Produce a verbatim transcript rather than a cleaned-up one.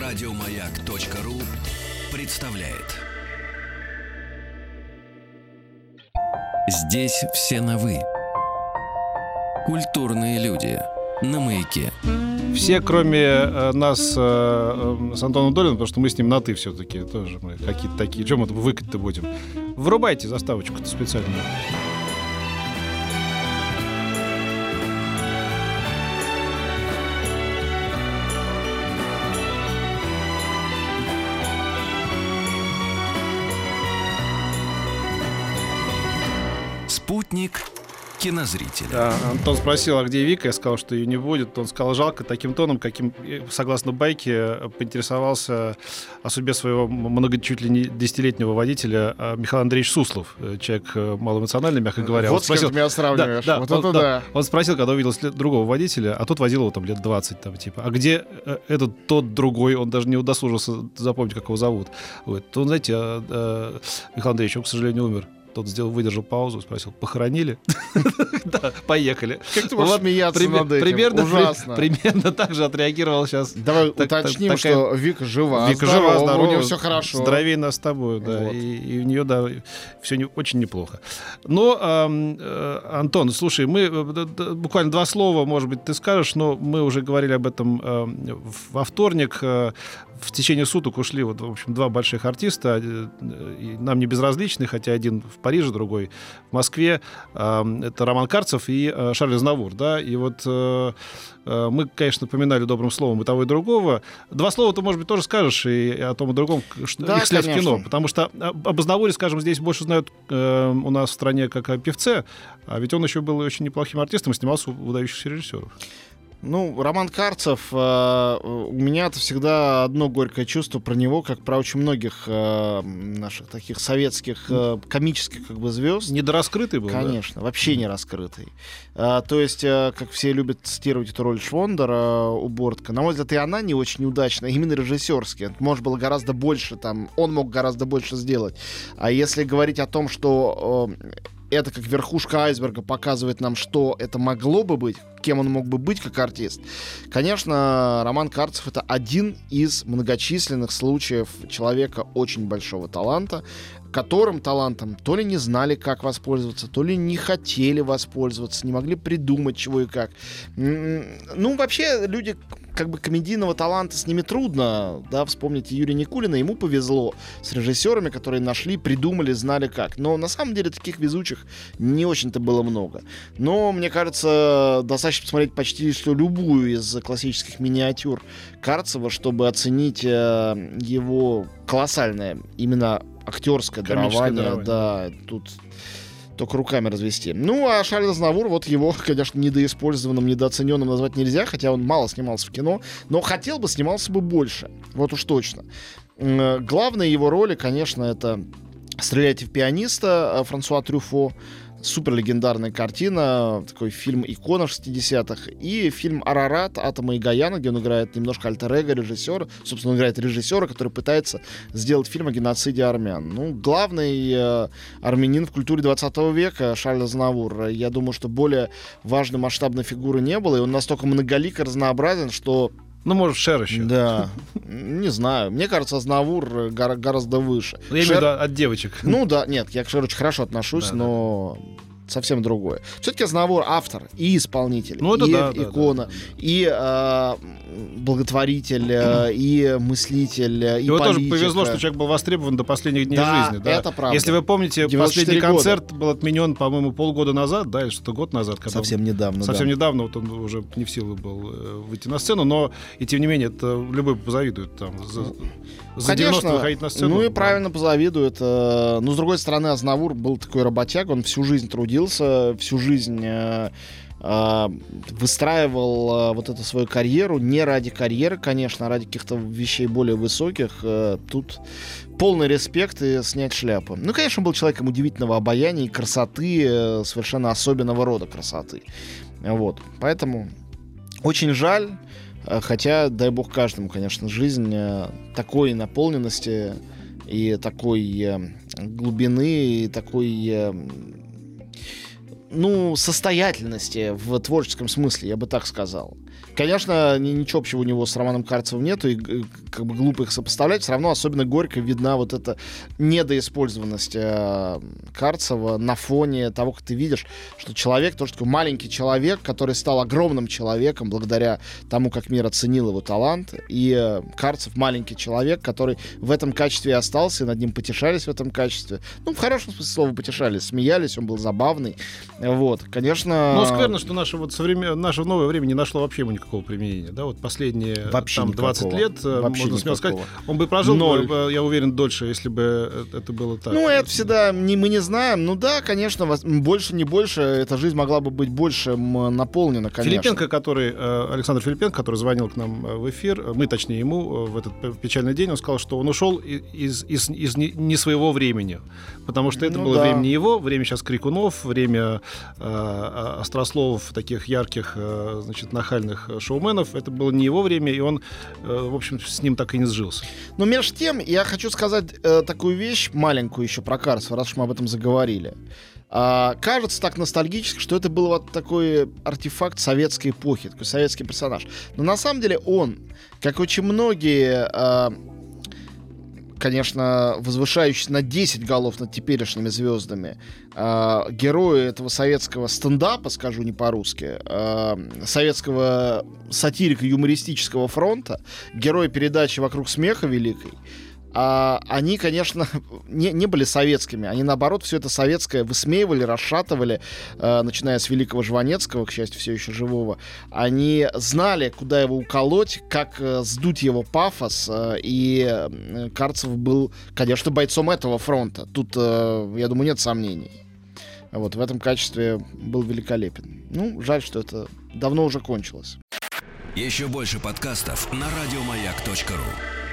Радиомаяк.ру представляет. Здесь все на «вы». Культурные люди на Маяке. Все, кроме э, нас э, э, с Антоном Долиным, потому что мы с ним на «ты» все-таки. Тоже мы какие-то такие. Чем мы выкать-то будем? Вырубайте заставочку-то специальную. Спутник кинозрителя. Да, Антон спросил, а где Вика? Я сказал, что ее не будет. Он сказал, жалко, таким тоном, каким, согласно байке, поинтересовался о судьбе своего много, чуть ли не десятилетнего водителя Михаил Андреевич Суслов. Человек малоэмоциональный, мягко говоря. Вот он спросил, с кем ты меня сравниваешь. Да, да, вот он, это да. да. Он спросил, когда увидел другого водителя, а тот водил его там лет двадцать, там, типа, а где этот тот другой? Он даже не удосужился запомнить, как его зовут. Вот. Он, знаете, а, а, Михаил Андреевич, он, к сожалению, умер. Тот сделал, выдержал паузу, спросил, похоронили? Да, поехали. Как ты можешь смеяться над этим? Примерно, Ужасно. Примерно так же отреагировал сейчас. Давай уточним, что Вика жива, Вика жива, здорова, у нее все хорошо. Здоровее нас с тобой, да. И у нее, да, все очень неплохо. Но, Антон, слушай, мы буквально два слова, может быть, ты скажешь, но мы уже говорили об этом во вторник. В течение суток ушли, вот, в общем, два больших артиста, и нам не безразличны, хотя один в Париже, другой в Москве. Это Роман Карцев и Шарль Азнавур, да, и вот мы, конечно, поминали добрым словом и того, и другого. Два слова ты, может быть, тоже скажешь и о том, и другом, что да, их след в конечно. кино, потому что об Азнавуре, скажем, здесь больше знают э, у нас в стране как о певце, а ведь он еще был очень неплохим артистом и снимался у выдающихся режиссеров. Ну, Роман Карцев, э, у меня-то всегда одно горькое чувство про него, как про очень многих э, наших таких советских э, комических как бы звезд. Недораскрытый был, конечно, да? Вообще не раскрытый. Э, то есть, э, как все любят цитировать эту роль Швондера у Бортко, на мой взгляд, и она не очень удачная, именно режиссерски. Может, было гораздо больше, там, он мог гораздо больше сделать. А если говорить о том, что... Э, это как верхушка айсберга показывает нам, что это могло бы быть, кем он мог бы быть как артист. Конечно, Роман Карцев — это один из многочисленных случаев человека очень большого таланта, которым талантом то ли не знали, как воспользоваться, то ли не хотели воспользоваться, не могли придумать, чего и как. Ну, вообще, люди как бы комедийного таланта, с ними трудно, да, вспомните Юрия Никулина, ему повезло с режиссерами, которые нашли, придумали, знали как. Но на самом деле таких везучих не очень-то было много. Но, мне кажется, достаточно посмотреть почти что любую из классических миниатюр Карцева, чтобы оценить э, его колоссальное именно актерское дарование, дарование, да, тут только руками развести. Ну, а Шарль Азнавур, вот его, конечно, недоиспользованным, недооцененным назвать нельзя, хотя он мало снимался в кино, но хотел бы, снимался бы больше, вот уж точно. Главные его роли, конечно, это «Стреляйте в пианиста» Франсуа Трюфо, супер легендарная картина, такой фильм-икона шестидесятых, и фильм «Арарат» Атома и Гаяна, где он играет немножко альтер-эго режиссера, собственно, он играет режиссера, который пытается сделать фильм о геноциде армян. Ну, главный э, армянин в культуре двадцатого века Шарль Азнавур. Я думаю, что более важной масштабной фигуры не было, и он настолько многолик и разнообразен, что... Ну, может, Шер еще. Да, не знаю. Мне кажется, Азнавур гора- гораздо выше. Я имею в виду от девочек. Ну да, нет, я к Шеру очень хорошо отношусь, да, но... Да. Совсем другое. Все-таки Азнавур автор и исполнитель, ну, и да, икона, да, да, да. и э, благотворитель, э, и мыслитель, и Его политика. тоже повезло, что человек был востребован до последних дней да, жизни. Да, это правда. Если вы помните, последний года. концерт был отменен, по-моему, полгода назад, да, или что-то год назад. Когда совсем он, недавно. Совсем да. недавно, вот он уже не в силу был выйти на сцену, но и тем не менее, это любой позавидует там. За, за девяносто выходить на сцену. Ну и правильно позавидует. Но с другой стороны, Азнавур был такой работяг, он всю жизнь трудился, всю жизнь э, э, выстраивал э, вот эту свою карьеру не ради карьеры, конечно, а ради каких-то вещей более высоких. Э, тут полный респект и снять шляпу. Ну, конечно, он был человеком удивительного обаяния и красоты, э, совершенно особенного рода красоты. Вот. Поэтому очень жаль, э, хотя, дай бог каждому, конечно, жизнь э, такой наполненности и такой э, глубины, и такой... Э, ну, состоятельности в творческом смысле, я бы так сказал. Конечно, ничего общего у него с Романом Карцевым нету, и как бы глупо их сопоставлять. Все равно особенно горько видна вот эта недоиспользованность э, Карцева на фоне того, как ты видишь, что человек, тоже такой маленький человек, который стал огромным человеком благодаря тому, как мир оценил его талант, и э, Карцев маленький человек, который в этом качестве и остался, и над ним потешались в этом качестве. Ну, в хорошем смысле слова потешались, смеялись, он был забавный. Вот, конечно... Но скверно, что наше, вот современ... наше новое время не нашло вообще ему никакого применения. Да? Вот последние вообще там, двадцать никакого. лет, Вообще можно смело сказать, он бы прожил, Ноль. я уверен, дольше, если бы это было так. Ну, это всегда не, мы не знаем. Ну да, конечно, вас- больше, не больше, эта жизнь могла бы быть больше м, наполнена, конечно. Филипенко, который, э, Александр Филипенко, который звонил к нам э, в эфир, мы, точнее, ему э, в этот п- печальный день, он сказал, что он ушел и- из, из, из не, не своего времени, потому что это Ну было да. время не его, время сейчас крикунов, время э, острословов, таких ярких, э, значит, нахальных шоуменов. Это было не его время, и он, э, в общем, с ним так и не сжился. Но между тем, я хочу сказать э, такую вещь маленькую еще про Карцева, раз уж мы об этом заговорили. А, кажется так ностальгически, что это был вот такой артефакт советской эпохи, такой советский персонаж. Но на самом деле он, как очень многие, а, конечно, возвышающиеся на десять голов над теперешними звездами, а, герои этого советского стендапа, скажу не по-русски, а, советского сатирико-юмористического фронта, герои передачи «Вокруг смеха» великой, а, они, конечно, не, не были советскими. Они, наоборот, все это советское высмеивали, расшатывали, э, начиная с великого Жванецкого, к счастью, все еще живого. Они знали, куда его уколоть, как э, сдуть его пафос, э, и э, Карцев был, конечно, бойцом этого фронта. Тут, э, я думаю, нет сомнений. Вот, в этом качестве был великолепен. Ну, жаль, что это давно уже кончилось. Еще больше подкастов на радиомаяк точка ру.